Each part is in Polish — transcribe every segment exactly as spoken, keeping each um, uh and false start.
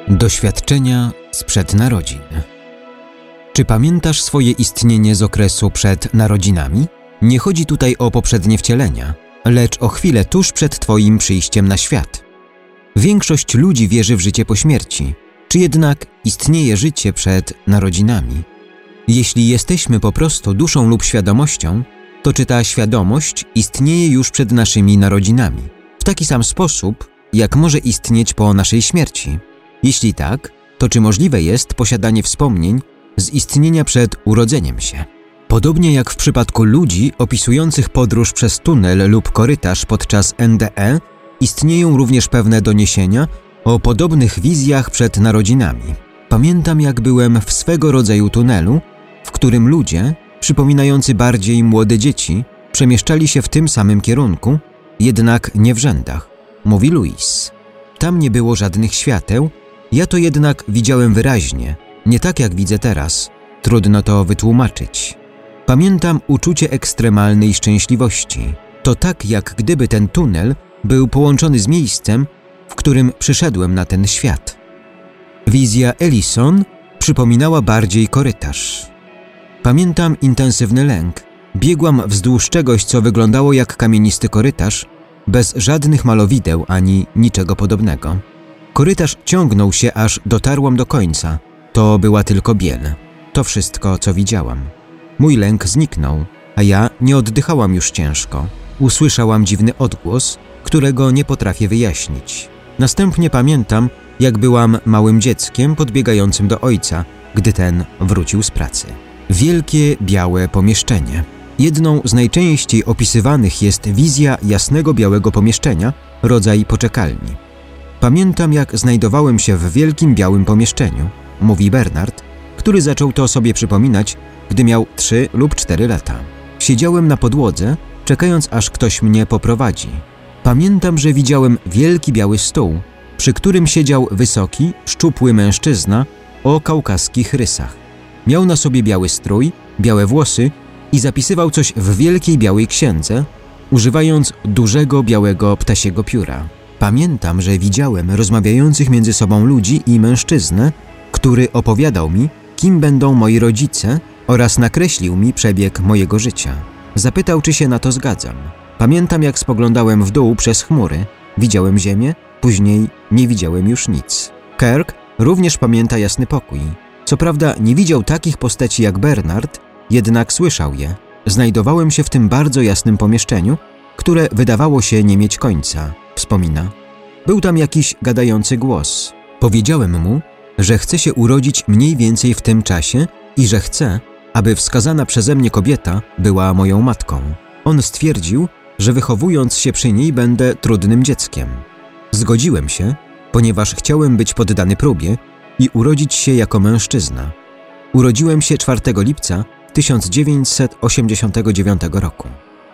Doświadczenia sprzed narodzin. Czy pamiętasz swoje istnienie z okresu przed narodzinami? Nie chodzi tutaj o poprzednie wcielenia, lecz o chwilę tuż przed Twoim przyjściem na świat. Większość ludzi wierzy w życie po śmierci, czy jednak istnieje życie przed narodzinami? Jeśli jesteśmy po prostu duszą lub świadomością, to czy ta świadomość istnieje już przed naszymi narodzinami, w taki sam sposób, jak może istnieć po naszej śmierci? Jeśli tak, to czy możliwe jest posiadanie wspomnień z istnienia przed urodzeniem się? Podobnie jak w przypadku ludzi opisujących podróż przez tunel lub korytarz podczas N D E, istnieją również pewne doniesienia o podobnych wizjach przed narodzinami. Pamiętam, jak byłem w swego rodzaju tunelu, w którym ludzie, przypominający bardziej młode dzieci, przemieszczali się w tym samym kierunku, jednak nie w rzędach, mówi Louis. Tam nie było żadnych świateł, ja to jednak widziałem wyraźnie, nie tak jak widzę teraz. Trudno to wytłumaczyć. Pamiętam uczucie ekstremalnej szczęśliwości. To tak, jak gdyby ten tunel był połączony z miejscem, w którym przyszedłem na ten świat. Wizja Ellison przypominała bardziej korytarz. Pamiętam intensywny lęk. Biegłam wzdłuż czegoś, co wyglądało jak kamienisty korytarz, bez żadnych malowideł ani niczego podobnego. Korytarz ciągnął się, aż dotarłam do końca. To była tylko biel. To wszystko, co widziałam. Mój lęk zniknął, a ja nie oddychałam już ciężko. Usłyszałam dziwny odgłos, którego nie potrafię wyjaśnić. Następnie pamiętam, jak byłam małym dzieckiem podbiegającym do ojca, gdy ten wrócił z pracy. Wielkie, białe pomieszczenie. Jedną z najczęściej opisywanych jest wizja jasnego białego pomieszczenia, rodzaj poczekalni. Pamiętam, jak znajdowałem się w wielkim białym pomieszczeniu, mówi Bernard, który zaczął to sobie przypominać, gdy miał trzy lub cztery lata. Siedziałem na podłodze, czekając, aż ktoś mnie poprowadzi. Pamiętam, że widziałem wielki biały stół, przy którym siedział wysoki, szczupły mężczyzna o kaukaskich rysach. Miał na sobie biały strój, białe włosy i zapisywał coś w wielkiej białej księdze, używając dużego białego ptasiego pióra. Pamiętam, że widziałem rozmawiających między sobą ludzi i mężczyznę, który opowiadał mi, kim będą moi rodzice oraz nakreślił mi przebieg mojego życia. Zapytał, czy się na to zgadzam. Pamiętam, jak spoglądałem w dół przez chmury, widziałem ziemię, później nie widziałem już nic. Kirk również pamięta jasny pokój. Co prawda nie widział takich postaci jak Bernard, jednak słyszał je. Znajdowałem się w tym bardzo jasnym pomieszczeniu, które wydawało się nie mieć końca, wspomina. Był tam jakiś gadający głos. Powiedziałem mu, że chcę się urodzić mniej więcej w tym czasie i że chcę, aby wskazana przeze mnie kobieta była moją matką. On stwierdził, że wychowując się przy niej będę trudnym dzieckiem. Zgodziłem się, ponieważ chciałem być poddany próbie i urodzić się jako mężczyzna. Urodziłem się czwartego lipca tysiąc dziewięćset osiemdziesiątego dziewiątego roku.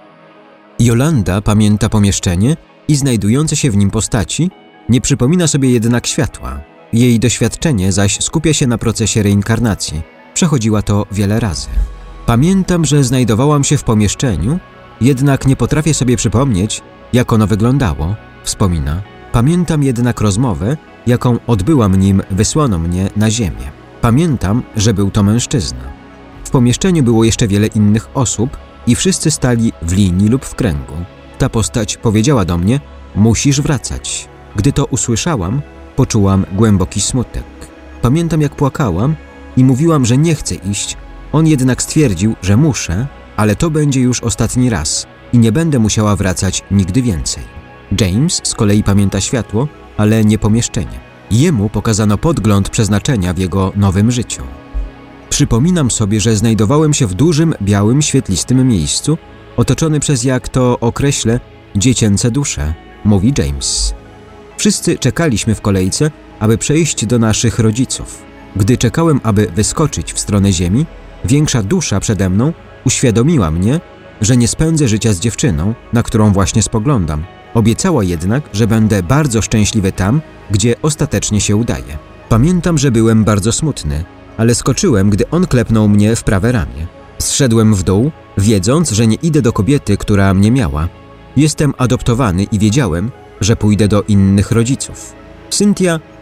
Jolanda pamięta pomieszczenie i znajdujące się w nim postaci, nie przypomina sobie jednak światła. Jej doświadczenie zaś skupia się na procesie reinkarnacji. Przechodziła to wiele razy. Pamiętam, że znajdowałam się w pomieszczeniu, jednak nie potrafię sobie przypomnieć, jak ono wyglądało, wspomina. Pamiętam jednak rozmowę, jaką odbyłam, nim wysłano mnie na ziemię. Pamiętam, że był to mężczyzna. W pomieszczeniu było jeszcze wiele innych osób i wszyscy stali w linii lub w kręgu. Ta postać powiedziała do mnie, musisz wracać. Gdy to usłyszałam, poczułam głęboki smutek. Pamiętam, jak płakałam i mówiłam, że nie chcę iść. On jednak stwierdził, że muszę, ale to będzie już ostatni raz i nie będę musiała wracać nigdy więcej. James z kolei pamięta światło, ale nie pomieszczenie. Jemu pokazano podgląd przeznaczenia w jego nowym życiu. Przypominam sobie, że znajdowałem się w dużym, białym, świetlistym miejscu, otoczony przez, jak to określę, dziecięce dusze, mówi James. Wszyscy czekaliśmy w kolejce, aby przejść do naszych rodziców. Gdy czekałem, aby wyskoczyć w stronę ziemi, większa dusza przede mną uświadomiła mnie, że nie spędzę życia z dziewczyną, na którą właśnie spoglądam. Obiecała jednak, że będę bardzo szczęśliwy tam, gdzie ostatecznie się udaje. Pamiętam, że byłem bardzo smutny, ale skoczyłem, gdy on klepnął mnie w prawe ramię. Zszedłem w dół, wiedząc, że nie idę do kobiety, która mnie miała. Jestem adoptowany i wiedziałem, że pójdę do innych rodziców. Cynthia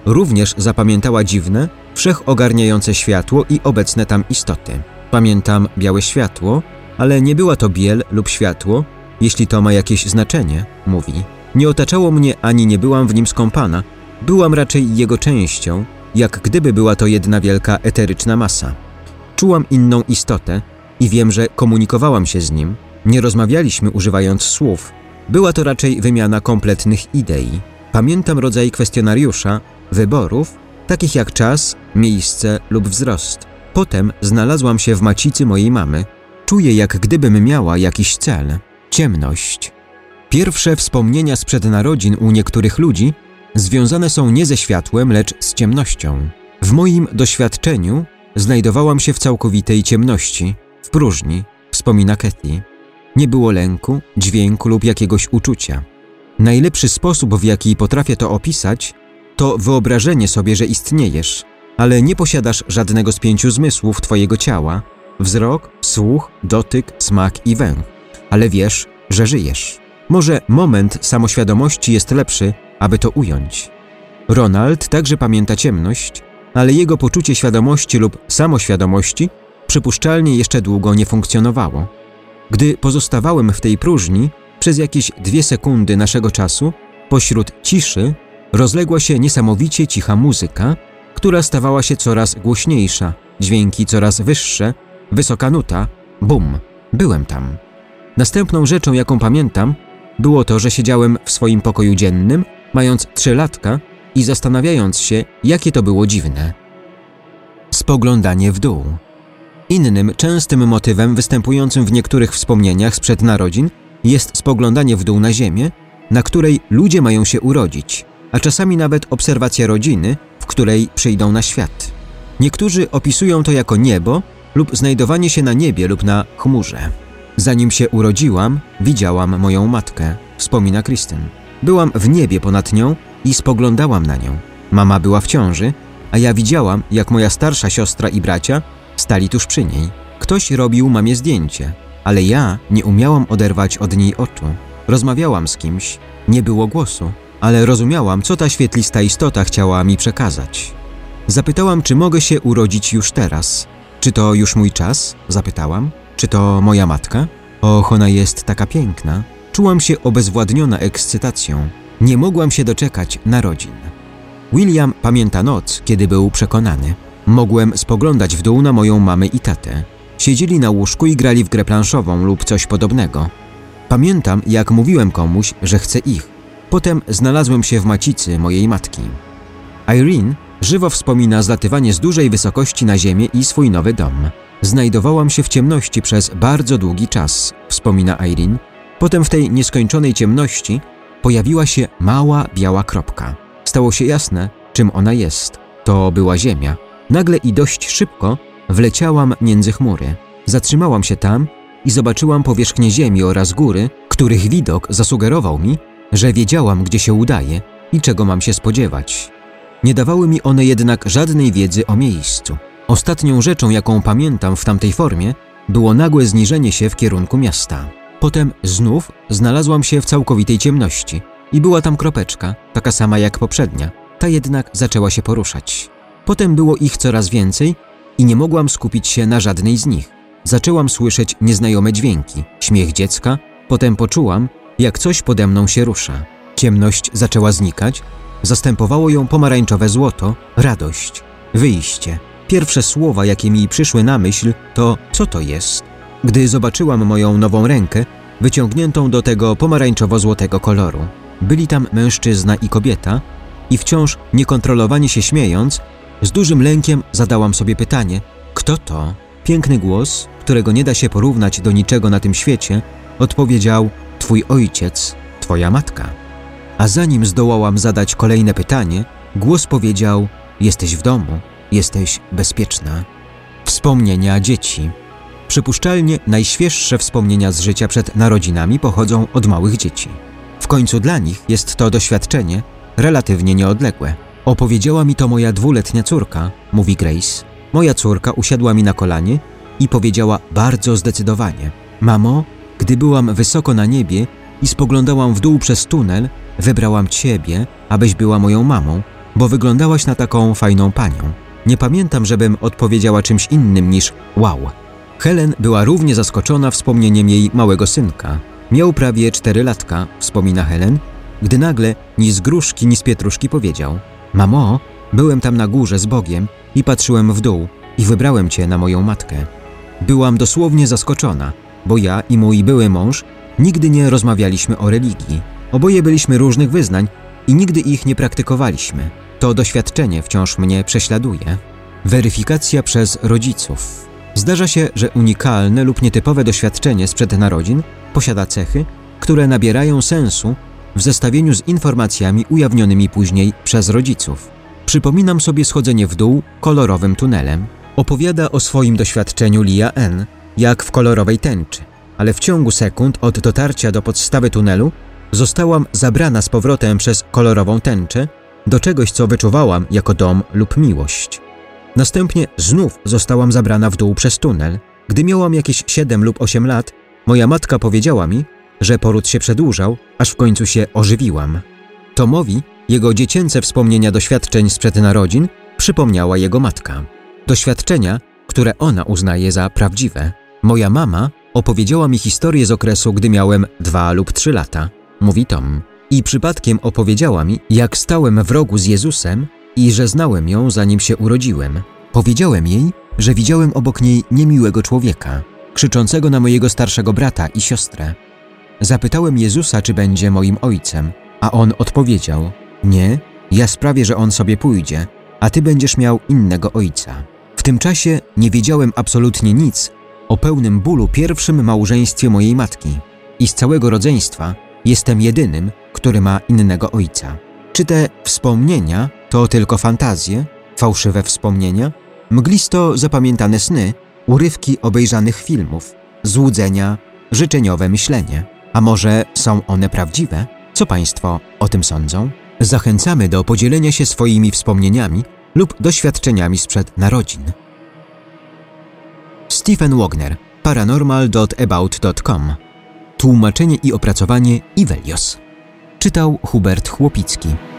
Również zapamiętała dziwne, wszechogarniające światło i obecne tam istoty. Pamiętam białe światło, ale nie była to biel lub światło, jeśli to ma jakieś znaczenie, mówi. Nie otaczało mnie ani nie byłam w nim skąpana, byłam raczej jego częścią, jak gdyby była to jedna wielka eteryczna masa. Czułam inną istotę i wiem, że komunikowałam się z nim. Nie rozmawialiśmy używając słów. Była to raczej wymiana kompletnych idei. Pamiętam rodzaj kwestionariusza, wyborów, takich jak czas, miejsce lub wzrost. Potem znalazłam się w macicy mojej mamy. Czuję, jak gdybym miała jakiś cel. Ciemność. Pierwsze wspomnienia sprzed narodzin u niektórych ludzi związane są nie ze światłem, lecz z ciemnością. W moim doświadczeniu znajdowałam się w całkowitej ciemności, w próżni, wspomina Kathy. Nie było lęku, dźwięku lub jakiegoś uczucia. Najlepszy sposób, w jaki potrafię to opisać, to wyobrażenie sobie, że istniejesz, ale nie posiadasz żadnego z pięciu zmysłów twojego ciała, wzrok, słuch, dotyk, smak i węch, ale wiesz, że żyjesz. Może moment samoświadomości jest lepszy, aby to ująć. Ronald także pamięta ciemność, ale jego poczucie świadomości lub samoświadomości przypuszczalnie jeszcze długo nie funkcjonowało. Gdy pozostawałem w tej próżni, przez jakieś dwie sekundy naszego czasu, pośród ciszy rozległa się niesamowicie cicha muzyka, która stawała się coraz głośniejsza, dźwięki coraz wyższe, wysoka nuta, bum, byłem tam. Następną rzeczą, jaką pamiętam, było to, że siedziałem w swoim pokoju dziennym, mając trzylatka i zastanawiając się, jakie to było dziwne. Spoglądanie w dół. Innym, częstym motywem występującym w niektórych wspomnieniach sprzed narodzin jest spoglądanie w dół na ziemię, na której ludzie mają się urodzić, a czasami nawet obserwacja rodziny, w której przyjdą na świat. Niektórzy opisują to jako niebo lub znajdowanie się na niebie lub na chmurze. Zanim się urodziłam, widziałam moją matkę, wspomina Kristen. Byłam w niebie ponad nią i spoglądałam na nią. Mama była w ciąży, a ja widziałam, jak moja starsza siostra i bracia stali tuż przy niej. Ktoś robił mamie zdjęcie, ale ja nie umiałam oderwać od niej oczu. Rozmawiałam z kimś, nie było głosu, ale rozumiałam, co ta świetlista istota chciała mi przekazać. Zapytałam, czy mogę się urodzić już teraz. Czy to już mój czas? Zapytałam. Czy to moja matka? Och, ona jest taka piękna. Czułam się obezwładniona ekscytacją. Nie mogłam się doczekać narodzin. William pamięta noc, kiedy był przekonany. Mogłem spoglądać w dół na moją mamę i tatę. Siedzieli na łóżku i grali w grę planszową lub coś podobnego. Pamiętam, jak mówiłem komuś, że chcę ich. Potem znalazłem się w macicy mojej matki. Irene żywo wspomina zlatywanie z dużej wysokości na ziemię i swój nowy dom. Znajdowałam się w ciemności przez bardzo długi czas, wspomina Irene. Potem w tej nieskończonej ciemności pojawiła się mała, biała kropka. Stało się jasne, czym ona jest. To była ziemia. Nagle i dość szybko wleciałam między chmury. Zatrzymałam się tam i zobaczyłam powierzchnię ziemi oraz góry, których widok zasugerował mi, że wiedziałam, gdzie się udaję i czego mam się spodziewać. Nie dawały mi one jednak żadnej wiedzy o miejscu. Ostatnią rzeczą, jaką pamiętam w tamtej formie, było nagłe zniżenie się w kierunku miasta. Potem znów znalazłam się w całkowitej ciemności i była tam kropeczka, taka sama jak poprzednia. Ta jednak zaczęła się poruszać. Potem było ich coraz więcej i nie mogłam skupić się na żadnej z nich. Zaczęłam słyszeć nieznajome dźwięki, śmiech dziecka, potem poczułam, jak coś pode mną się rusza. Ciemność zaczęła znikać, zastępowało ją pomarańczowe złoto, radość, wyjście. Pierwsze słowa, jakie mi przyszły na myśl, to co to jest? Gdy zobaczyłam moją nową rękę, wyciągniętą do tego pomarańczowo-złotego koloru. Byli tam mężczyzna i kobieta i wciąż niekontrolowanie się śmiejąc, z dużym lękiem zadałam sobie pytanie, kto to? Piękny głos, którego nie da się porównać do niczego na tym świecie, odpowiedział, twój ojciec, twoja matka. A zanim zdołałam zadać kolejne pytanie, głos powiedział, jesteś w domu, jesteś bezpieczna. Wspomnienia dzieci. Przypuszczalnie najświeższe wspomnienia z życia przed narodzinami pochodzą od małych dzieci. W końcu dla nich jest to doświadczenie relatywnie nieodległe. Opowiedziała mi to moja dwuletnia córka, mówi Grace. Moja córka usiadła mi na kolanie i powiedziała bardzo zdecydowanie. Mamo, gdy byłam wysoko na niebie i spoglądałam w dół przez tunel, wybrałam ciebie, abyś była moją mamą bo wyglądałaś na taką fajną panią. Nie pamiętam, żebym odpowiedziała czymś innym niż wow. Helen była równie zaskoczona wspomnieniem jej małego synka. Miał prawie cztery latka, wspomina Helen, gdy nagle ni z gruszki, ni z pietruszki powiedział: Mamo, byłem tam na górze z Bogiem i patrzyłem w dół i wybrałem cię na moją matkę. Byłam dosłownie zaskoczona, bo ja i mój były mąż nigdy nie rozmawialiśmy o religii. Oboje byliśmy różnych wyznań i nigdy ich nie praktykowaliśmy. To doświadczenie wciąż mnie prześladuje. Weryfikacja przez rodziców. Zdarza się, że unikalne lub nietypowe doświadczenie sprzed narodzin posiada cechy, które nabierają sensu w zestawieniu z informacjami ujawnionymi później przez rodziców. Przypominam sobie schodzenie w dół kolorowym tunelem. Opowiada o swoim doświadczeniu Lia N. jak w kolorowej tęczy, ale w ciągu sekund od dotarcia do podstawy tunelu zostałam zabrana z powrotem przez kolorową tęczę do czegoś, co wyczuwałam jako dom lub miłość. Następnie znów zostałam zabrana w dół przez tunel. Gdy miałam jakieś siedem lub osiem lat, moja matka powiedziała mi, że poród się przedłużał, aż w końcu się ożywiłam. Tomowi jego dziecięce wspomnienia doświadczeń sprzed narodzin przypomniała jego matka. Doświadczenia, które ona uznaje za prawdziwe. Moja mama opowiedziała mi historię z okresu, gdy miałem dwa lub trzy lata, mówi Tom. I przypadkiem opowiedziała mi, jak stałem w rogu z Jezusem i że znałem ją, zanim się urodziłem. Powiedziałem jej, że widziałem obok niej niemiłego człowieka, krzyczącego na mojego starszego brata i siostrę. Zapytałem Jezusa, czy będzie moim ojcem, a on odpowiedział: nie, ja sprawię, że on sobie pójdzie, a ty będziesz miał innego ojca. W tym czasie nie wiedziałem absolutnie nic o pełnym bólu pierwszym małżeństwie mojej matki i z całego rodzeństwa jestem jedynym, który ma innego ojca. Czy te wspomnienia to tylko fantazje, fałszywe wspomnienia, mglisto zapamiętane sny, urywki obejrzanych filmów, złudzenia, życzeniowe myślenie? A może są one prawdziwe? Co Państwo o tym sądzą? Zachęcamy do podzielenia się swoimi wspomnieniami lub doświadczeniami sprzed narodzin. Stephen Wagner, paranormal kropka about kropka com. Tłumaczenie i opracowanie Ivelios. Czytał Hubert Chłopicki.